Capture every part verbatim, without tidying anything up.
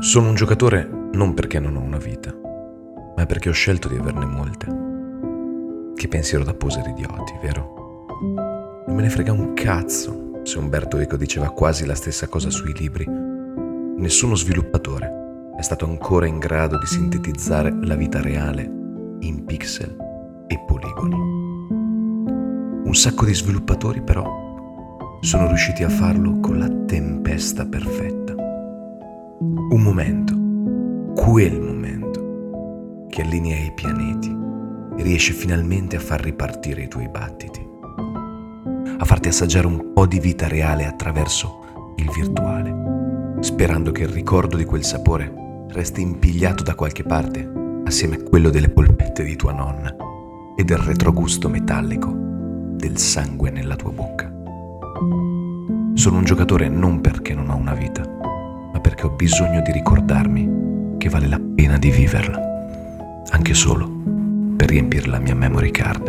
Sono un giocatore non perché non ho una vita, ma perché ho scelto di averne molte. Che pensiero da poser idioti, vero? Non me ne frega un cazzo se Umberto Eco diceva quasi la stessa cosa sui libri. Nessuno sviluppatore è stato ancora in grado di sintetizzare la vita reale in pixel e poligoni. Un sacco di sviluppatori però sono riusciti a farlo con la tempesta perfetta. Un momento, quel momento, che allinea i pianeti e riesce finalmente a far ripartire i tuoi battiti, a farti assaggiare un po' di vita reale attraverso il virtuale, sperando che il ricordo di quel sapore resti impigliato da qualche parte assieme a quello delle polpette di tua nonna e del retrogusto metallico del sangue nella tua bocca. Sono un giocatore non perché non ho una vita, ma perché ho bisogno di ricordarmi che vale la pena di viverla, anche solo per riempire la mia memory card.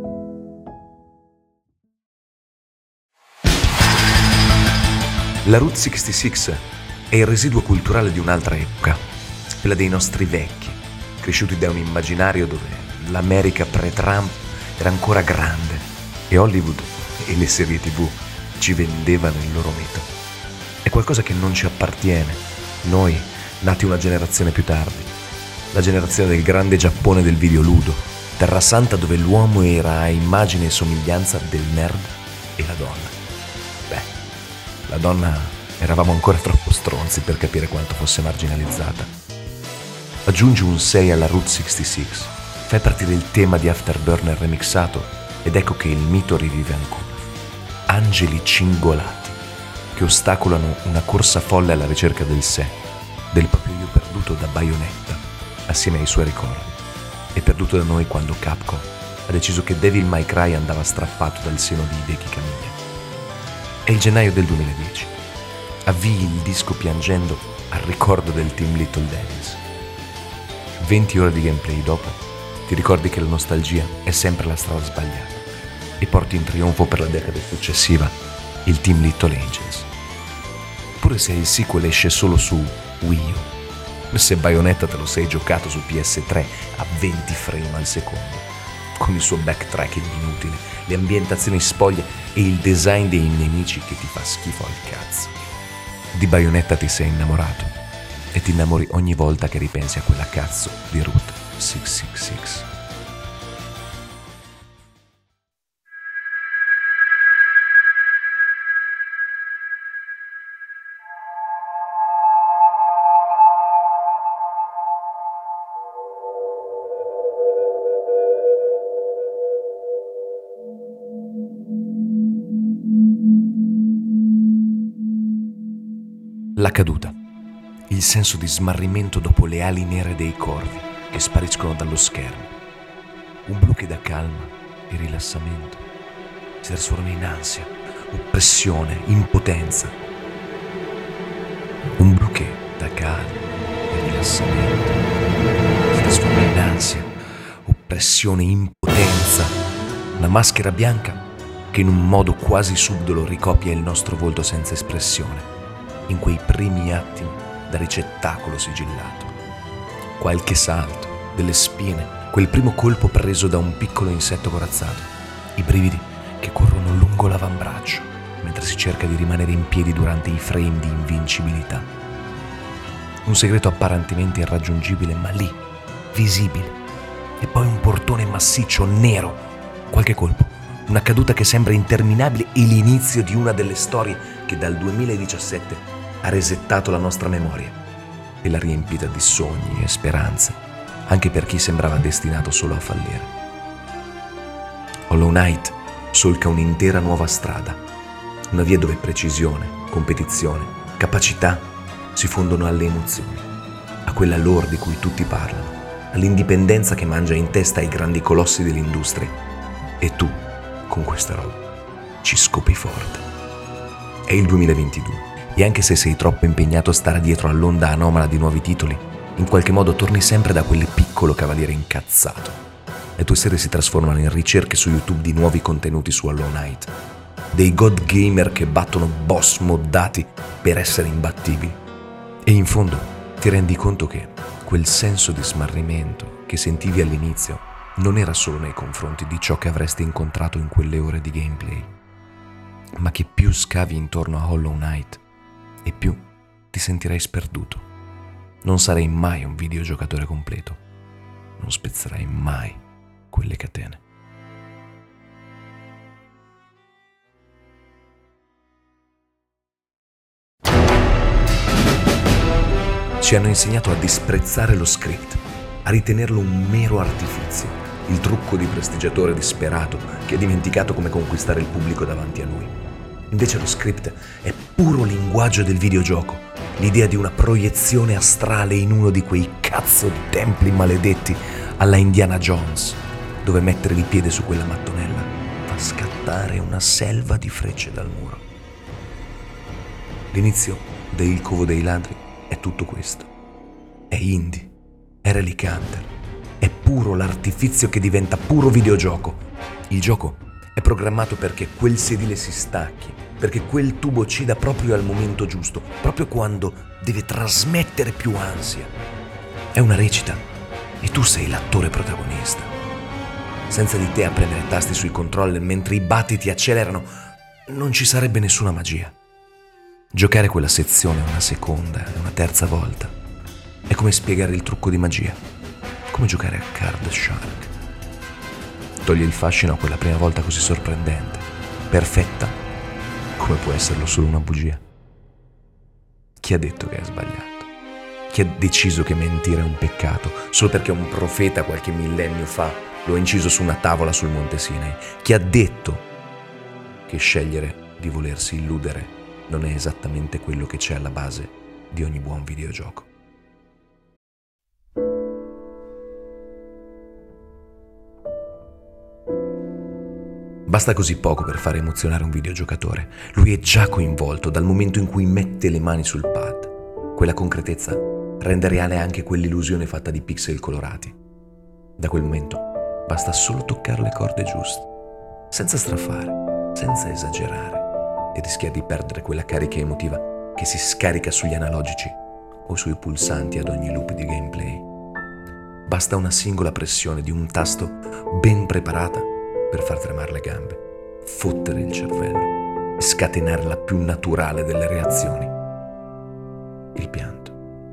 La Route sessantasei è il residuo culturale di un'altra epoca, quella dei nostri vecchi, cresciuti da un immaginario dove l'America pre-Trump era ancora grande e Hollywood e le serie tv ci vendevano il loro mito. È qualcosa che non ci appartiene, noi, nati una generazione più tardi, la generazione del grande Giappone del videoludo, terra santa dove l'uomo era a immagine e somiglianza del nerd e la donna. Beh, la donna eravamo ancora troppo stronzi per capire quanto fosse marginalizzata. Aggiungi un sei alla Route sessantasei, fai partire il tema di Afterburner remixato ed ecco che il mito rivive ancora. Angeli cingolati che ostacolano una corsa folle alla ricerca del sé, del proprio io perduto da Bayonetta, assieme ai suoi ricordi, e perduto da noi quando Capcom ha deciso che Devil May Cry andava strappato dal seno di Hideki Kamiya. È il gennaio del duemiladieci. Avvii il disco piangendo al ricordo del Team Little Devils. venti ore di gameplay dopo, ti ricordi che la nostalgia è sempre la strada sbagliata e porti in trionfo per la decade successiva il Team Little Angels. Pure se il sequel esce solo su Wii U, se Bayonetta te lo sei giocato su P S tre a venti frame al secondo, con il suo backtracking inutile, le ambientazioni spoglie e il design dei nemici che ti fa schifo al cazzo. Di Bayonetta ti sei innamorato e ti innamori ogni volta che ripensi a quella cazzo di Route sessantasei. La caduta, il senso di smarrimento dopo le ali nere dei corvi che spariscono dallo schermo, un blu che dà calma e rilassamento si trasforma in ansia, oppressione, impotenza, un blu che dà calma e rilassamento si trasforma in ansia, oppressione, impotenza, una maschera bianca che in un modo quasi subdolo ricopia il nostro volto senza espressione in quei primi attimi da ricettacolo sigillato. Qualche salto, delle spine, quel primo colpo preso da un piccolo insetto corazzato, i brividi che corrono lungo l'avambraccio mentre si cerca di rimanere in piedi durante i frame di invincibilità. Un segreto apparentemente irraggiungibile, ma lì, visibile. E poi un portone massiccio, nero. Qualche colpo, una caduta che sembra interminabile e l'inizio di una delle storie che dal duemiladiciassette ha resettato la nostra memoria e l'ha riempita di sogni e speranze, anche per chi sembrava destinato solo a fallire. Hollow Knight solca un'intera nuova strada, una via dove precisione, competizione, capacità si fondono alle emozioni, a quella lore di cui tutti parlano, all'indipendenza che mangia in testa ai grandi colossi dell'industria. E tu, con questa roba, ci scopi forte. È il duemilaventidue. E anche se sei troppo impegnato a stare dietro all'onda anomala di nuovi titoli, in qualche modo torni sempre da quel piccolo cavaliere incazzato. Le tue serie si trasformano in ricerche su YouTube di nuovi contenuti su Hollow Knight, dei god gamer che battono boss moddati per essere imbattibili. E in fondo ti rendi conto che quel senso di smarrimento che sentivi all'inizio non era solo nei confronti di ciò che avresti incontrato in quelle ore di gameplay, ma che più scavi intorno a Hollow Knight e più ti sentirai sperduto. Non sarai mai un videogiocatore completo, non spezzerai mai quelle catene. Ci hanno insegnato a disprezzare lo script, a ritenerlo un mero artifizio, il trucco di prestigiatore disperato che ha dimenticato come conquistare il pubblico davanti a lui. Invece lo script è puro linguaggio del videogioco, l'idea di una proiezione astrale in uno di quei cazzo di templi maledetti alla Indiana Jones, dove mettere il piede su quella mattonella fa scattare una selva di frecce dal muro. L'inizio del Covo dei Ladri è tutto questo. È indie, è Relic Hunter, è puro l'artifizio che diventa puro videogioco. Il gioco è programmato perché quel sedile si stacchi, perché quel tubo ceda proprio al momento giusto, proprio quando deve trasmettere più ansia. È una recita e tu sei l'attore protagonista. Senza di te a premere tasti sui controller mentre i battiti accelerano, non ci sarebbe nessuna magia. Giocare quella sezione una seconda e una terza volta è come spiegare il trucco di magia, come giocare a Card Shark. Toglie il fascino a quella prima volta così sorprendente, perfetta, come può esserlo solo una bugia. Chi ha detto che è sbagliato? Chi ha deciso che mentire è un peccato solo perché un profeta qualche millennio fa lo ha inciso su una tavola sul Monte Sinai? Chi ha detto che scegliere di volersi illudere non è esattamente quello che c'è alla base di ogni buon videogioco? Basta così poco per fare emozionare un videogiocatore. Lui è già coinvolto dal momento in cui mette le mani sul pad. Quella concretezza rende reale anche quell'illusione fatta di pixel colorati. Da quel momento basta solo toccare le corde giuste, senza strafare, senza esagerare, e rischiare di perdere quella carica emotiva che si scarica sugli analogici o sui pulsanti ad ogni loop di gameplay. Basta una singola pressione di un tasto ben preparata per far tremare le gambe, fottere il cervello e scatenare la più naturale delle reazioni: il pianto.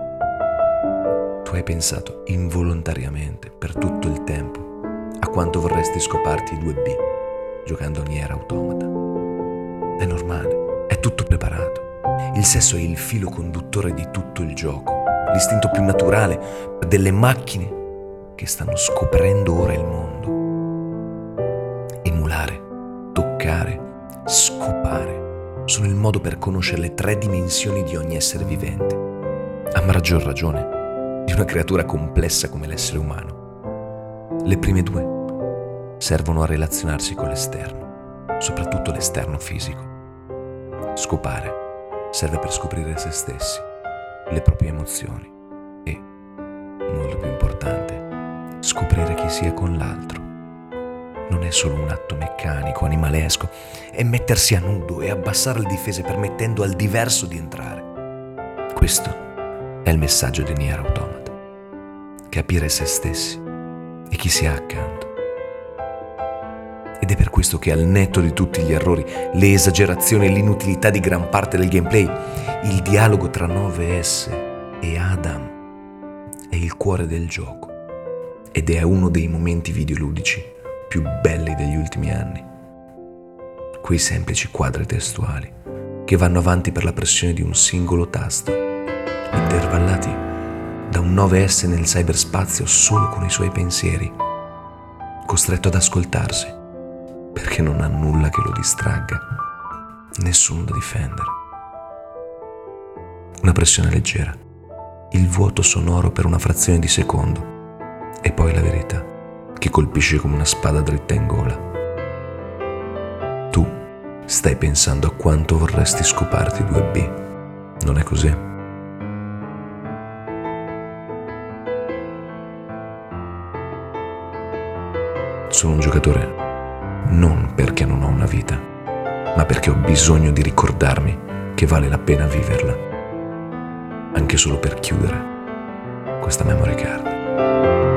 Tu hai pensato involontariamente per tutto il tempo a quanto vorresti scoparti i due B giocando Nier Automata. È normale, è tutto preparato. Il sesso è il filo conduttore di tutto il gioco, l'istinto più naturale delle macchine che stanno scoprendo ora il mondo. Emulare, toccare, scopare sono il modo per conoscere le tre dimensioni di ogni essere vivente, a maggior ragione di una creatura complessa come l'essere umano. Le prime due servono a relazionarsi con l'esterno, soprattutto l'esterno fisico. Scopare serve per scoprire se stessi, le proprie emozioni e, molto più importante, scoprire chi si è con l'altro. Non è solo un atto meccanico, animalesco, è mettersi a nudo e abbassare le difese permettendo al diverso di entrare. Questo è il messaggio di Nier Automata. Capire se stessi e chi si ha accanto. Ed è per questo che, al netto di tutti gli errori, le esaggerazioni e l'inutilità di gran parte del gameplay, il dialogo tra nove S e Adam è il cuore del gioco ed è uno dei momenti videoludici più belli degli ultimi anni. Quei semplici quadri testuali che vanno avanti per la pressione di un singolo tasto, intervallati da un nove S nel cyberspazio solo con i suoi pensieri, costretto ad ascoltarsi perché non ha nulla che lo distragga, nessuno da difendere. Una pressione leggera, il vuoto sonoro per una frazione di secondo e poi la verità che colpisce come una spada dritta in gola. Tu stai pensando a quanto vorresti scoparti due B, non è così? Sono un giocatore non perché non ho una vita, ma perché ho bisogno di ricordarmi che vale la pena viverla, anche solo per chiudere questa memory card.